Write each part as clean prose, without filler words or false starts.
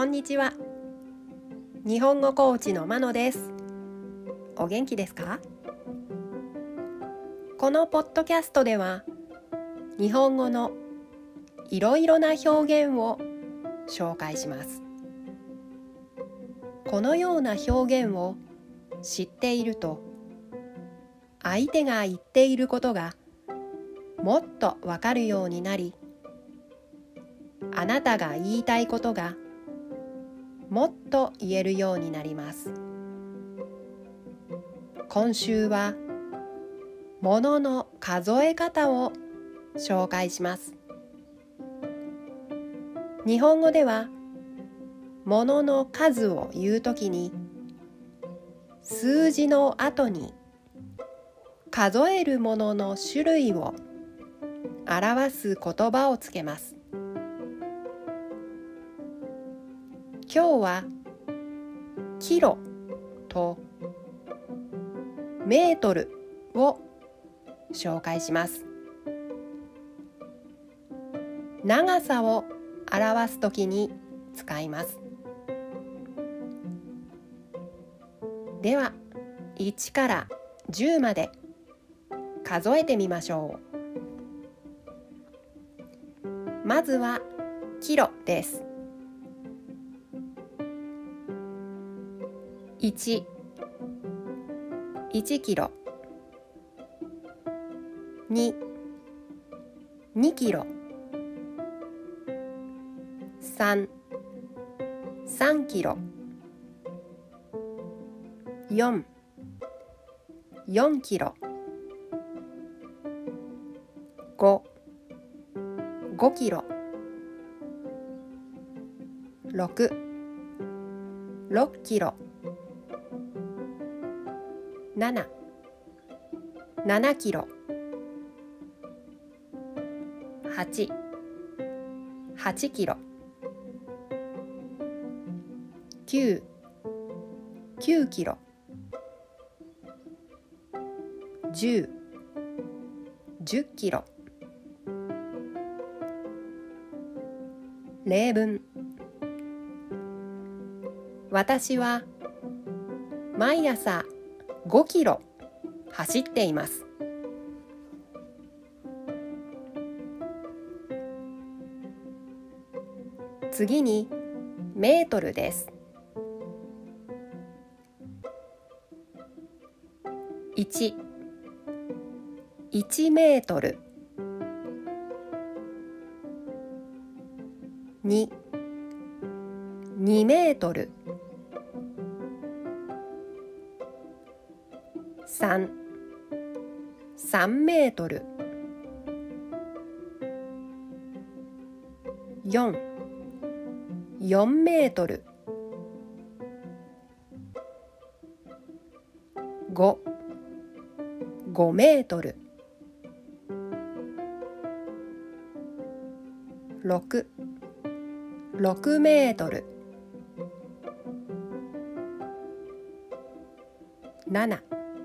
んにちは。日本語コーチのまのです。お元気ですか？このポッドキャストでは日本語のいろいろな表現を紹介します。このような表現を知っていると、相手が言っていることがもっとわかるようになり、あなたが言いたいことがもっと言えるようになります。今週は物の数え方を紹介します。日本語では物の数を言うときに、数字の後に数えるものの種類を表す言葉をつけます。今日はキロとメートルを紹介します。長さを表すときに使います。では1から10まで数えてみましょう。まずはキロです。1キロ、2キロ、3キロ、4キロ、5キロ、6キロ、7キロ、8キロ、9キロ、10キロ。例文。私は毎朝5キロ走っています。次にメートルです。1メートル、2メートル、3メートル、4メートル、5メートル、6メートル、7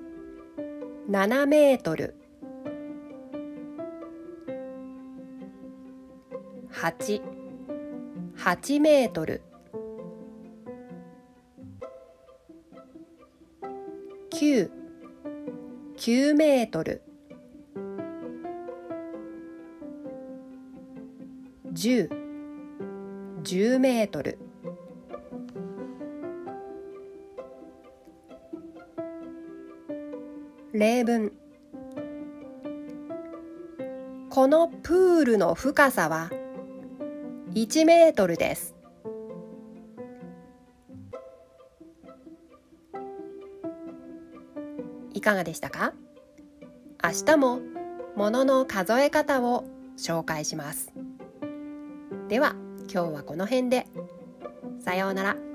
メートル、8メートル、9メートル、10メートル。例文。このプールの深さは1メートルです。いかがでしたか？明日も物の数え方を紹介します。では今日はこの辺で。さようなら。